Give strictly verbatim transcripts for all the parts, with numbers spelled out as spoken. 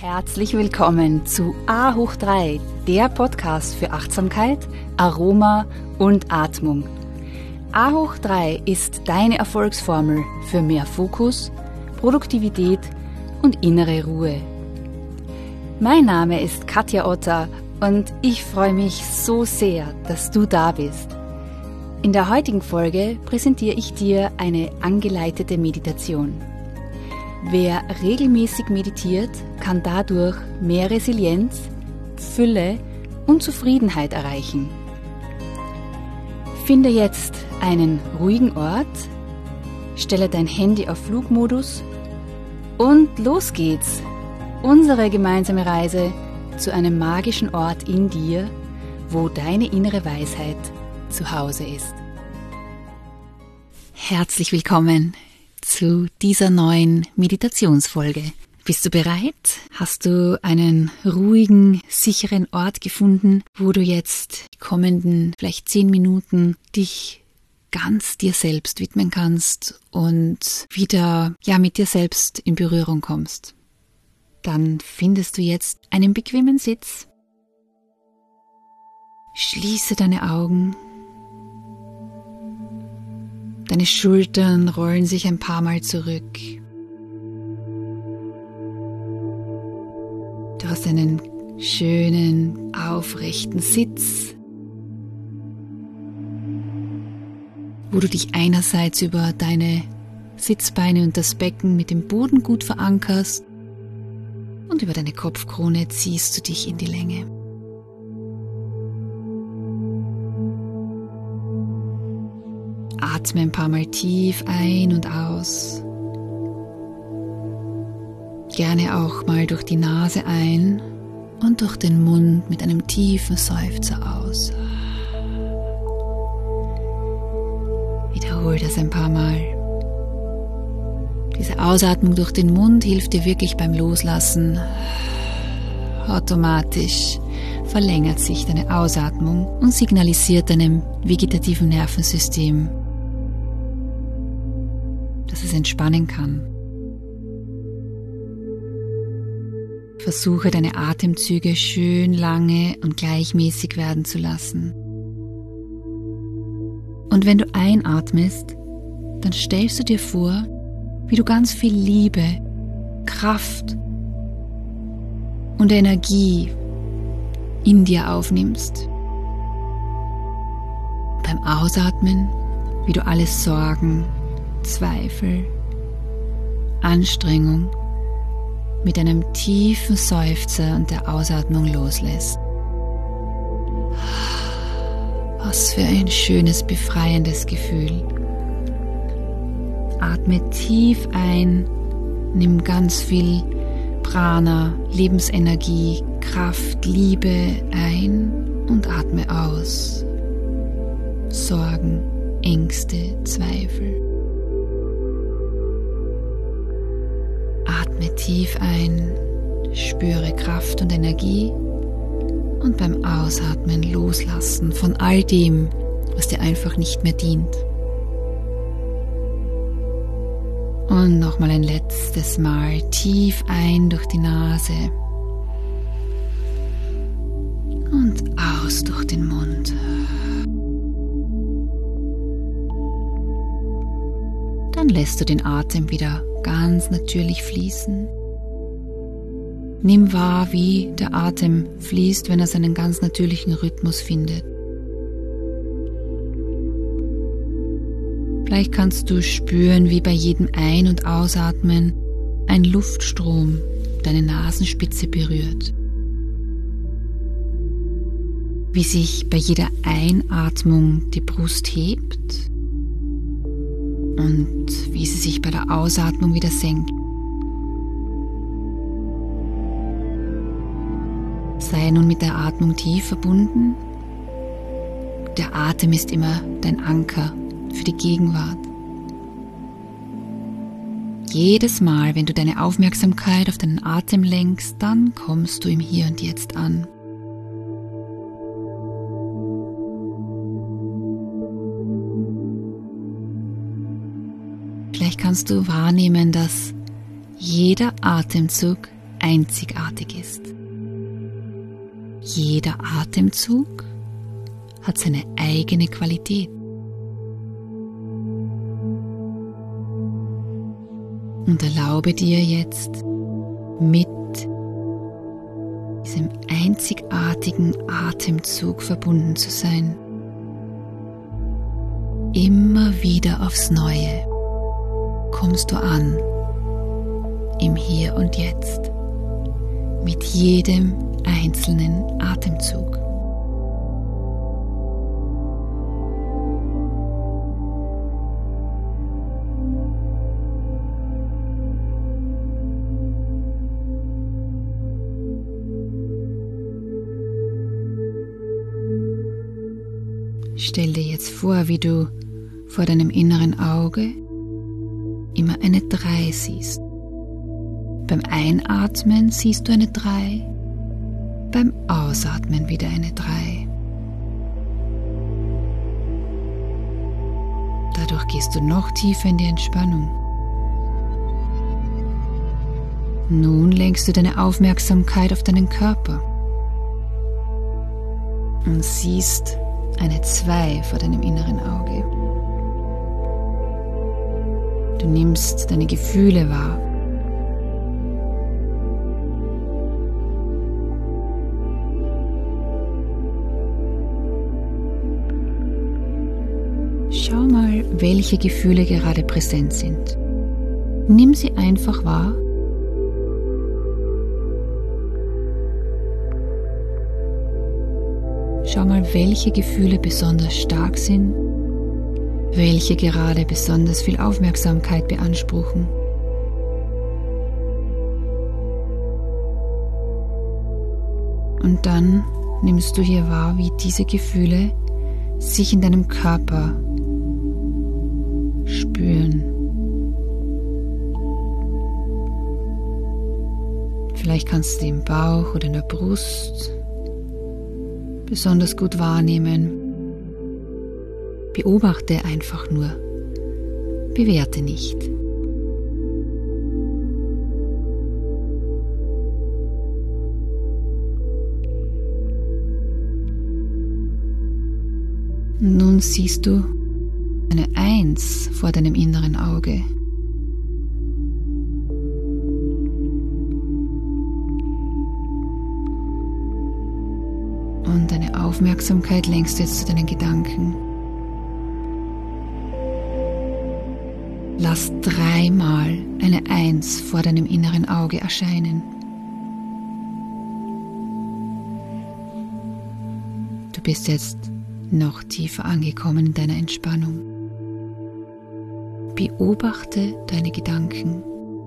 Herzlich willkommen zu A hoch drei, der Podcast für Achtsamkeit, Aroma und Atmung. A hoch drei ist deine Erfolgsformel für mehr Fokus, Produktivität und innere Ruhe. Mein Name ist Katja Otter und ich freue mich so sehr, dass du da bist. In der heutigen Folge präsentiere ich dir eine angeleitete Meditation. Wer regelmäßig meditiert, kann dadurch mehr Resilienz, Fülle und Zufriedenheit erreichen. Finde jetzt einen ruhigen Ort, stelle dein Handy auf Flugmodus und los geht's! Unsere gemeinsame Reise zu einem magischen Ort in dir, wo deine innere Weisheit zu Hause ist. Herzlich willkommen zu dieser neuen Meditationsfolge. Bist du bereit? Hast du einen ruhigen, sicheren Ort gefunden, wo du jetzt die kommenden vielleicht zehn Minuten dich ganz dir selbst widmen kannst und wieder ja mit dir selbst in Berührung kommst? Dann findest du jetzt einen bequemen Sitz. Schließe deine Augen. Deine Schultern rollen sich ein paar Mal zurück. Du hast einen schönen, aufrechten Sitz, wo du dich einerseits über deine Sitzbeine und das Becken mit dem Boden gut verankerst und über deine Kopfkrone ziehst du dich in die Länge. Atme ein paar Mal tief ein und aus. Gerne auch mal durch die Nase ein und durch den Mund mit einem tiefen Seufzer aus. Wiederhole das ein paar Mal. Diese Ausatmung durch den Mund hilft dir wirklich beim Loslassen. Automatisch verlängert sich deine Ausatmung und signalisiert deinem vegetativen Nervensystem, dass es entspannen kann. Versuche deine Atemzüge schön lange und gleichmäßig werden zu lassen. Und wenn du einatmest, dann stellst du dir vor, wie du ganz viel Liebe, Kraft und Energie in dir aufnimmst. Beim Ausatmen, wie du alle Sorgen, Zweifel, Anstrengung mit einem tiefen Seufzer und der Ausatmung loslässt. Was für ein schönes, befreiendes Gefühl. Atme tief ein, nimm ganz viel Prana, Lebensenergie, Kraft, Liebe ein und atme aus. Sorgen, Ängste, Zweifel. Atme tief ein, spüre Kraft und Energie und beim Ausatmen loslassen von all dem, was dir einfach nicht mehr dient. Und nochmal ein letztes Mal tief ein durch die Nase und aus durch den Mund. Dann lässt du den Atem wieder ganz natürlich fließen. Nimm wahr, wie der Atem fließt, wenn er seinen ganz natürlichen Rhythmus findet. Vielleicht kannst du spüren, wie bei jedem Ein- und Ausatmen ein Luftstrom deine Nasenspitze berührt. Wie sich bei jeder Einatmung die Brust hebt und wie sie sich bei der Ausatmung wieder senkt. Sei nun mit der Atmung tief verbunden. Der Atem ist immer dein Anker für die Gegenwart. Jedes Mal, wenn du deine Aufmerksamkeit auf deinen Atem lenkst, dann kommst du im Hier und Jetzt an. Vielleicht kannst du wahrnehmen, dass jeder Atemzug einzigartig ist. Jeder Atemzug hat seine eigene Qualität. Und erlaube dir jetzt mit diesem einzigartigen Atemzug verbunden zu sein. Immer wieder aufs Neue kommst du an im Hier und Jetzt mit jedem einzelnen Atemzug. Stell dir jetzt vor, wie du vor deinem inneren Auge immer eine drei siehst. Beim Einatmen siehst du eine drei, beim Ausatmen wieder eine drei. Dadurch gehst du noch tiefer in die Entspannung. Nun lenkst du deine Aufmerksamkeit auf deinen Körper und siehst eine zwei vor deinem inneren Auge. Du nimmst deine Gefühle wahr. Schau mal, welche Gefühle gerade präsent sind. Nimm sie einfach wahr. Schau mal, welche Gefühle besonders stark sind, welche gerade besonders viel Aufmerksamkeit beanspruchen. Und dann nimmst du hier wahr, wie diese Gefühle sich in deinem Körper spüren. Vielleicht kannst du im Bauch oder in der Brust besonders gut wahrnehmen. Beobachte einfach nur. Bewerte nicht. Nun siehst du eine Eins vor deinem inneren Auge. Und deine Aufmerksamkeit lenkst du jetzt zu deinen Gedanken. Lass dreimal eine Eins vor deinem inneren Auge erscheinen. Du bist jetzt noch tiefer angekommen in deiner Entspannung. Beobachte deine Gedanken.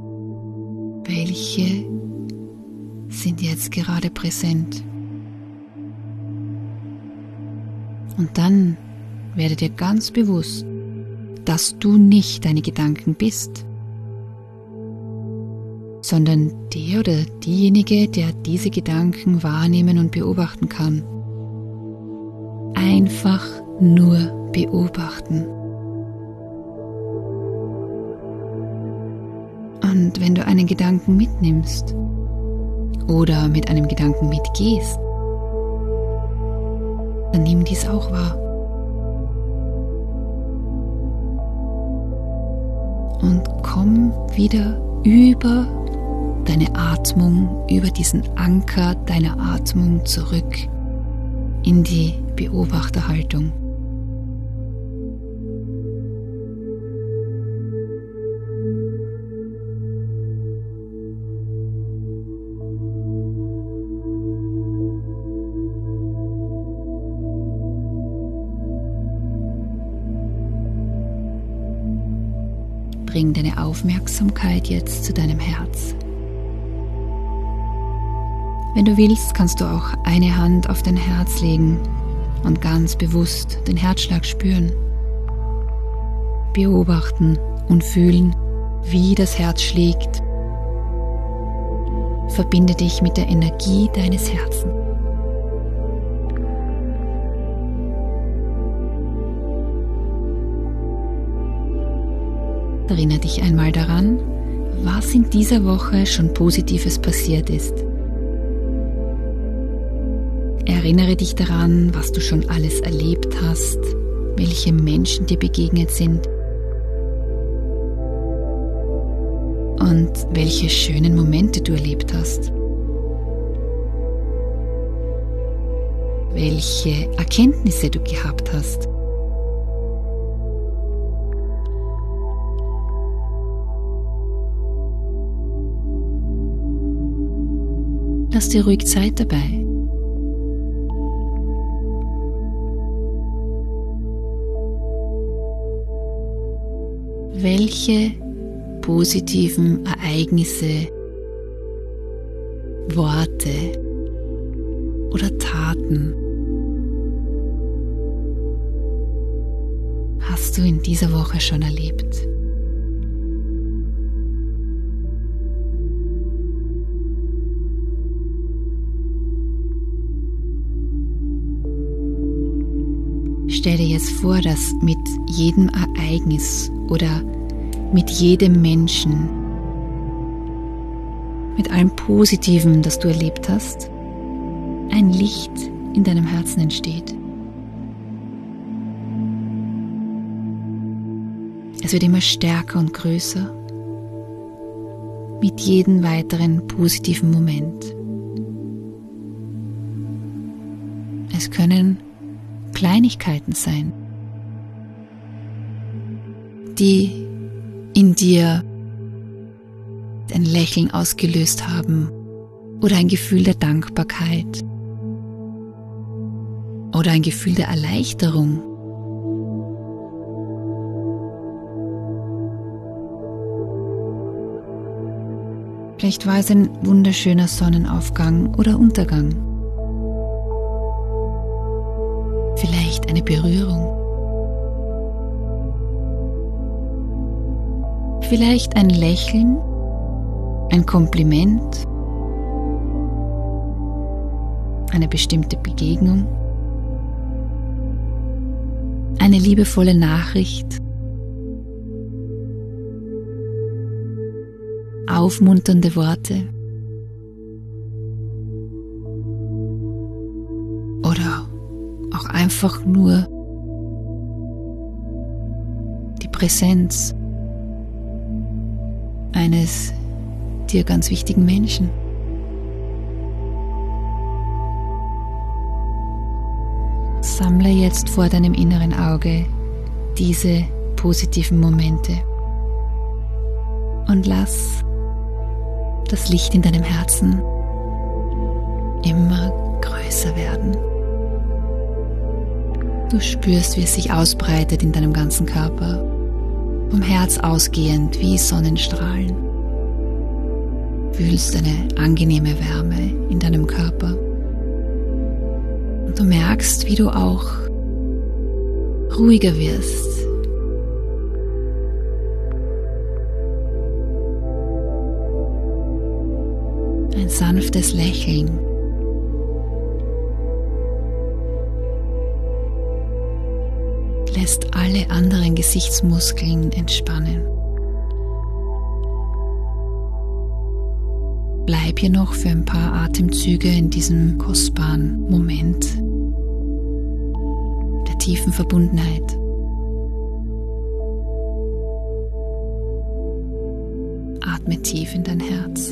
Welche sind jetzt gerade präsent? Und dann werde dir ganz bewusst, dass du nicht deine Gedanken bist, sondern der oder diejenige, der diese Gedanken wahrnehmen und beobachten kann. Einfach nur beobachten. Und wenn du einen Gedanken mitnimmst oder mit einem Gedanken mitgehst, dann nimm dies auch wahr. Und komm wieder über deine Atmung, über diesen Anker deiner Atmung zurück in die Beobachterhaltung. Bring deine Aufmerksamkeit jetzt zu deinem Herz. Wenn du willst, kannst du auch eine Hand auf dein Herz legen und ganz bewusst den Herzschlag spüren. Beobachten und fühlen, wie das Herz schlägt. Verbinde dich mit der Energie deines Herzens. Erinnere dich einmal daran, was in dieser Woche schon Positives passiert ist. Erinnere dich daran, was du schon alles erlebt hast, welche Menschen dir begegnet sind und welche schönen Momente du erlebt hast. Welche Erkenntnisse du gehabt hast. Lass dir ruhig Zeit dabei. Welche positiven Ereignisse, Worte oder Taten hast du in dieser Woche schon erlebt? Stell dir jetzt vor, dass mit jedem Ereignis oder mit jedem Menschen, mit allem Positiven, das du erlebt hast, ein Licht in deinem Herzen entsteht. Es wird immer stärker und größer mit jedem weiteren positiven Moment. Es können Kleinigkeiten sein, die in dir ein Lächeln ausgelöst haben oder ein Gefühl der Dankbarkeit oder ein Gefühl der Erleichterung. Vielleicht war es ein wunderschöner Sonnenaufgang oder Untergang. Vielleicht eine Berührung. Vielleicht ein Lächeln, ein Kompliment, eine bestimmte Begegnung, eine liebevolle Nachricht, aufmunternde Worte oder auch einfach nur die Präsenz eines dir ganz wichtigen Menschen. Sammle jetzt vor deinem inneren Auge diese positiven Momente und lass das Licht in deinem Herzen immer größer werden. Du spürst, wie es sich ausbreitet in deinem ganzen Körper, vom Herz ausgehend wie Sonnenstrahlen. Fühlst eine angenehme Wärme in deinem Körper. Und du merkst, wie du auch ruhiger wirst. Ein sanftes Lächeln. Lässt alle anderen Gesichtsmuskeln entspannen. Bleib hier noch für ein paar Atemzüge in diesem kostbaren Moment der tiefen Verbundenheit. Atme tief in dein Herz.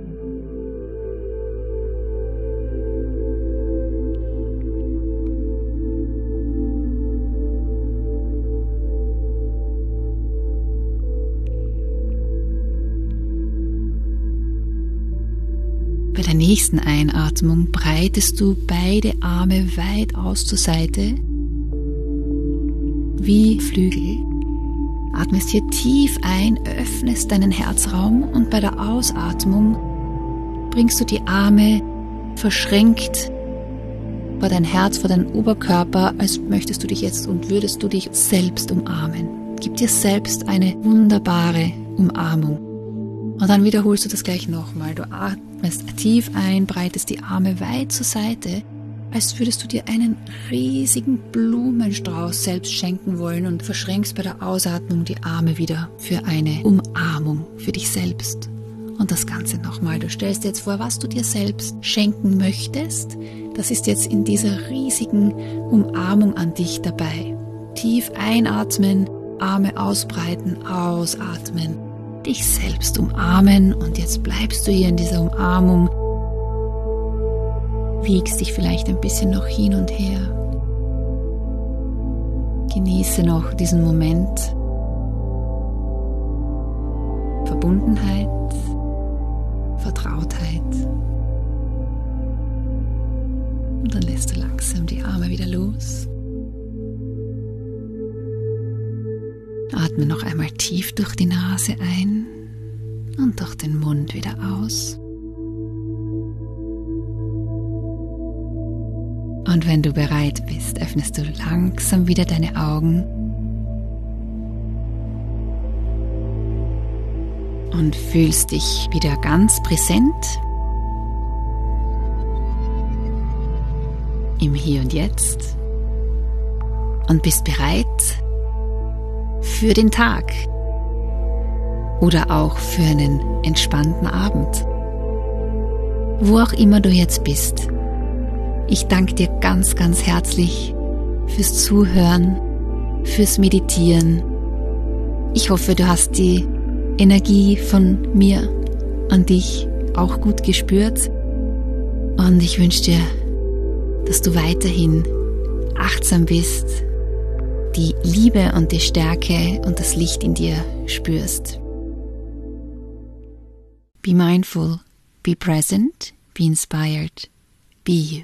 Bei der nächsten Einatmung breitest du beide Arme weit aus zur Seite, wie Flügel. Atmest hier tief ein, öffnest deinen Herzraum und bei der Ausatmung bringst du die Arme verschränkt vor dein Herz, vor deinen Oberkörper, als möchtest du dich jetzt und würdest du dich selbst umarmen. Gib dir selbst eine wunderbare Umarmung. Und dann wiederholst du das gleich nochmal. Du atmest tief ein, breitest die Arme weit zur Seite als würdest du dir einen riesigen Blumenstrauß selbst schenken wollen und verschränkst bei der Ausatmung die Arme wieder für eine Umarmung für dich selbst. Und das Ganze nochmal. Du stellst dir jetzt vor, was du dir selbst schenken möchtest. Das ist jetzt in dieser riesigen Umarmung an dich dabei. Tief einatmen, Arme ausbreiten, ausatmen. Dich selbst umarmen und jetzt bleibst du hier in dieser Umarmung. Wiegst dich vielleicht ein bisschen noch hin und her. Genieße noch diesen Moment. Verbundenheit, Vertrautheit. Und dann lässt du langsam die Arme wieder los. Atme noch einmal tief durch die Nase ein und durch den Mund wieder aus. Und wenn du bereit bist, öffnest du langsam wieder deine Augen und fühlst dich wieder ganz präsent im Hier und Jetzt und bist bereit für den Tag oder auch für einen entspannten Abend. Wo auch immer du jetzt bist. Ich danke dir ganz, ganz herzlich fürs Zuhören, fürs Meditieren. Ich hoffe, du hast die Energie von mir an dich auch gut gespürt. Und ich wünsche dir, dass du weiterhin achtsam bist, die Liebe und die Stärke und das Licht in dir spürst. Be mindful, be present, be inspired, be you.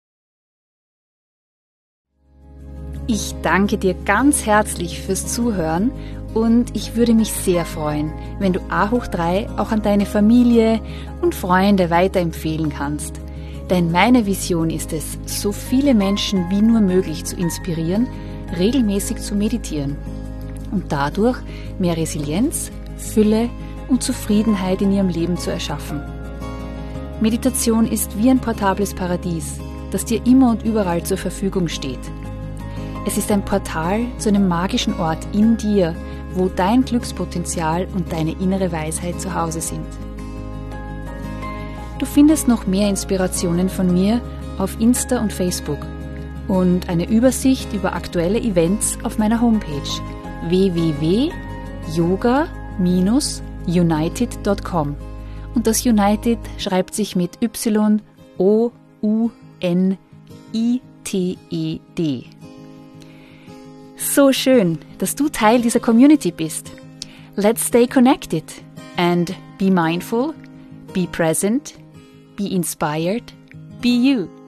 Ich danke dir ganz herzlich fürs Zuhören und ich würde mich sehr freuen, wenn du A hoch drei auch an deine Familie und Freunde weiterempfehlen kannst. Denn meine Vision ist es, so viele Menschen wie nur möglich zu inspirieren, regelmäßig zu meditieren und dadurch mehr Resilienz, Fülle und Zufriedenheit in ihrem Leben zu erschaffen. Meditation ist wie ein portables Paradies, das dir immer und überall zur Verfügung steht. Es ist ein Portal zu einem magischen Ort in dir, wo dein Glückspotenzial und deine innere Weisheit zu Hause sind. Du findest noch mehr Inspirationen von mir auf Insta und Facebook und eine Übersicht über aktuelle Events auf meiner Homepage w w w punkt yoga Bindestrich united punkt com. Und das United schreibt sich mit Y O U N I T E D. So schön, dass du Teil dieser Community bist. Let's stay connected and be mindful, be present, be inspired, be you.